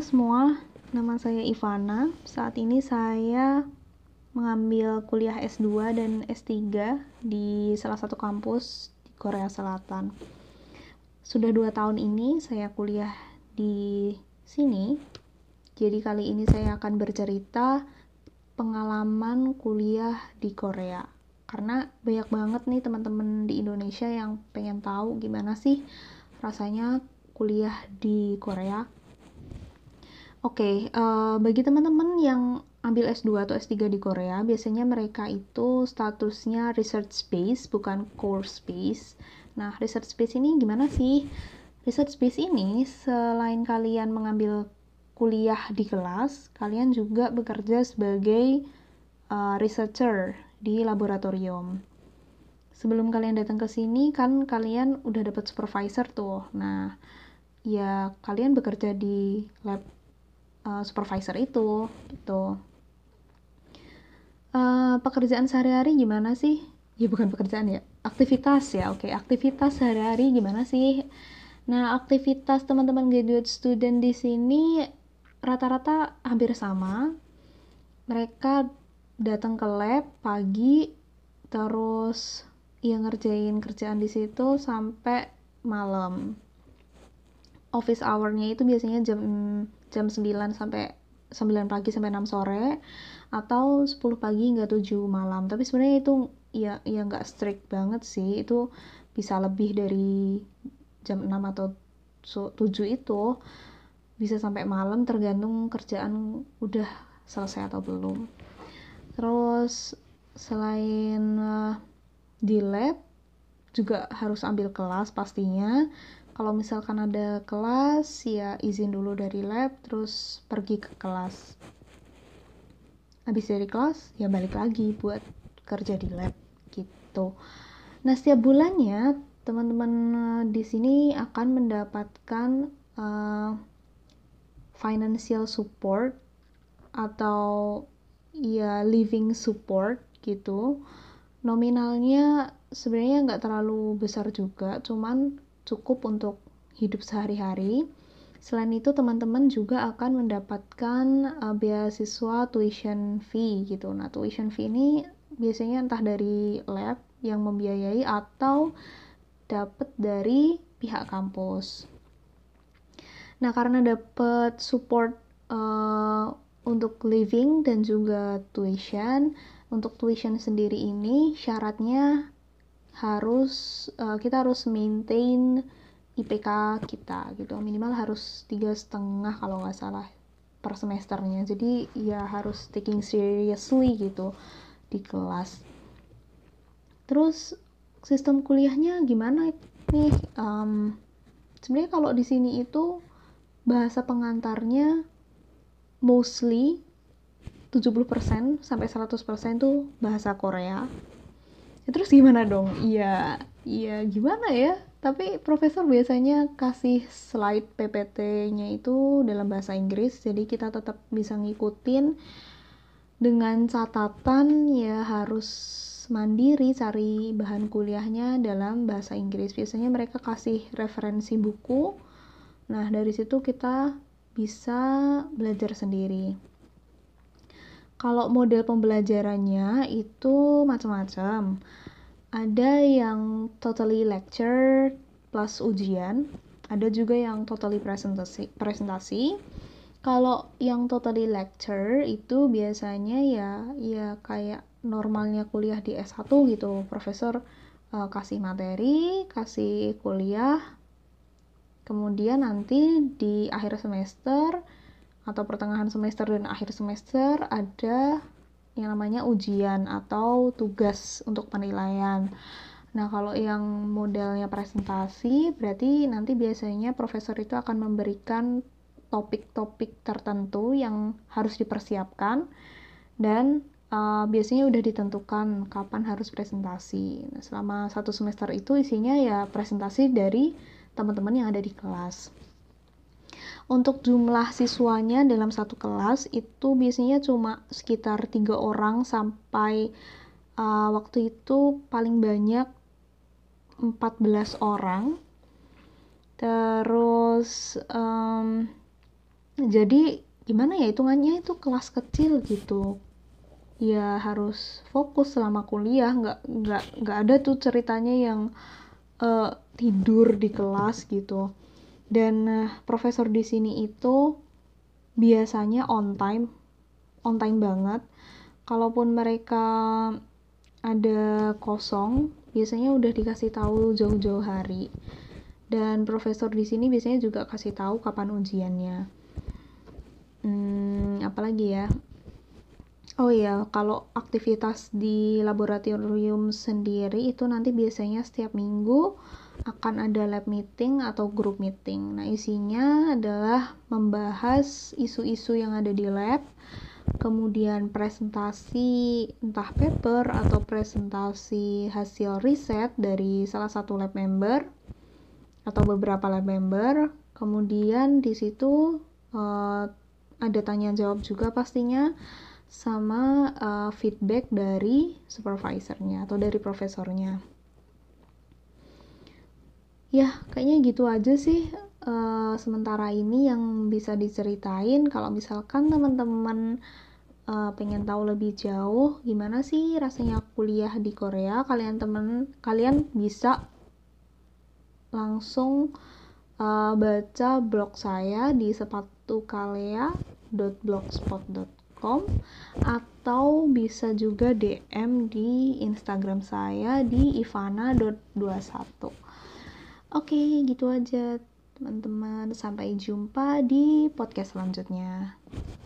semua, nama saya Ivana. Saat ini saya mengambil kuliah S2 dan S3 di salah satu kampus di Korea Selatan. Sudah 2 tahun ini saya kuliah di sini. Jadi kali ini saya akan bercerita pengalaman kuliah di Korea. Karena banyak banget nih teman-teman di Indonesia yang pengen tahu gimana sih rasanya kuliah di Korea. Oke, bagi teman-teman yang ambil S2 atau S3 di Korea, biasanya mereka itu statusnya research base, bukan course base. Nah, research base ini gimana sih? Research base ini, selain kalian mengambil kuliah di kelas, kalian juga bekerja sebagai researcher di laboratorium. Sebelum kalian datang ke sini, kan kalian udah dapat supervisor tuh. Nah, ya kalian bekerja di lab supervisor itu gitu. Pekerjaan sehari-hari gimana sih? Ya bukan pekerjaan ya, aktivitas ya. Oke, aktivitas sehari-hari gimana sih? Nah, aktivitas teman-teman graduate student di sini rata-rata hampir sama. Mereka datang ke lab pagi, terus ya ngerjain kerjaan di situ sampai malam. Office hour-nya itu biasanya jam 9 sampai 9 pagi sampai 6 sore atau 10 pagi hingga 7 malam. Tapi sebenarnya itu ya nggak strict banget sih. Itu bisa lebih dari jam 6 atau 7 itu. Bisa sampai malam tergantung kerjaan udah selesai atau belum. Terus selain di lab juga harus ambil kelas pastinya. Kalau misalkan ada kelas, ya izin dulu dari lab, terus pergi ke kelas. Habis dari kelas, ya balik lagi buat kerja di lab, gitu. Nah, setiap bulannya, teman-teman di sini akan mendapatkan financial support atau ya living support, gitu. Nominalnya sebenarnya nggak terlalu besar juga, cuman cukup untuk hidup sehari-hari. Selain itu teman-teman juga akan mendapatkan beasiswa tuition fee gitu. Nah, tuition fee ini biasanya entah dari lab yang membiayai atau dapat dari pihak kampus. Nah, karena dapat support untuk living dan juga tuition, untuk tuition sendiri ini syaratnya kita harus maintain IPK kita gitu, minimal harus 3,5 kalau nggak salah per semesternya. Jadi ya harus taking seriously gitu di kelas. Terus sistem kuliahnya gimana nih? Sebenarnya kalau di sini itu bahasa pengantarnya mostly 70% sampai 100% tuh bahasa Korea. Ya, terus gimana dong? Iya gimana ya? Tapi profesor biasanya kasih slide PPT-nya itu dalam bahasa Inggris, jadi kita tetap bisa ngikutin dengan catatan ya harus mandiri cari bahan kuliahnya dalam bahasa Inggris. Biasanya mereka kasih referensi buku. Nah, dari situ kita bisa belajar sendiri. Kalau model pembelajarannya itu macam-macam. Ada yang totally lecture plus ujian, ada juga yang totally presentasi. Kalau yang totally lecture itu biasanya ya kayak normalnya kuliah di S1 gitu. Profesor kasih materi, kasih kuliah. Kemudian nanti di akhir semester atau pertengahan semester dan akhir semester ada yang namanya ujian atau tugas untuk penilaian. Nah, kalau yang modelnya presentasi, berarti nanti biasanya profesor itu akan memberikan topik-topik tertentu yang harus dipersiapkan dan biasanya udah ditentukan kapan harus presentasi. Nah, selama 1 semester itu isinya ya presentasi dari teman-teman yang ada di kelas. Untuk jumlah siswanya dalam satu kelas itu biasanya cuma sekitar 3 orang sampai waktu itu paling banyak 14 orang. Terus Jadi gimana ya, hitungannya itu kelas kecil gitu ya, harus fokus selama kuliah, nggak ada tuh ceritanya yang tidur di kelas gitu. Dan profesor di sini itu biasanya on time banget. Kalaupun mereka ada kosong, biasanya udah dikasih tahu jauh-jauh hari. Dan profesor di sini biasanya juga kasih tahu kapan ujiannya. Apalagi ya? Oh iya, kalau aktivitas di laboratorium sendiri itu nanti biasanya setiap minggu akan ada lab meeting atau group meeting. Nah, isinya adalah membahas isu-isu yang ada di lab, kemudian presentasi entah paper atau presentasi hasil riset dari salah satu lab member atau beberapa lab member. Kemudian di situ ada tanya jawab juga pastinya, sama feedback dari supervisornya atau dari profesornya. Ya, kayaknya gitu aja sih sementara ini yang bisa diceritain. Kalau misalkan teman-teman pengen tahu lebih jauh gimana sih rasanya kuliah di Korea, kalian bisa langsung baca blog saya di sepatukalea.blogspot.com atau bisa juga DM di Instagram saya di ivana.21. Oke, gitu aja teman-teman. Sampai jumpa di podcast selanjutnya.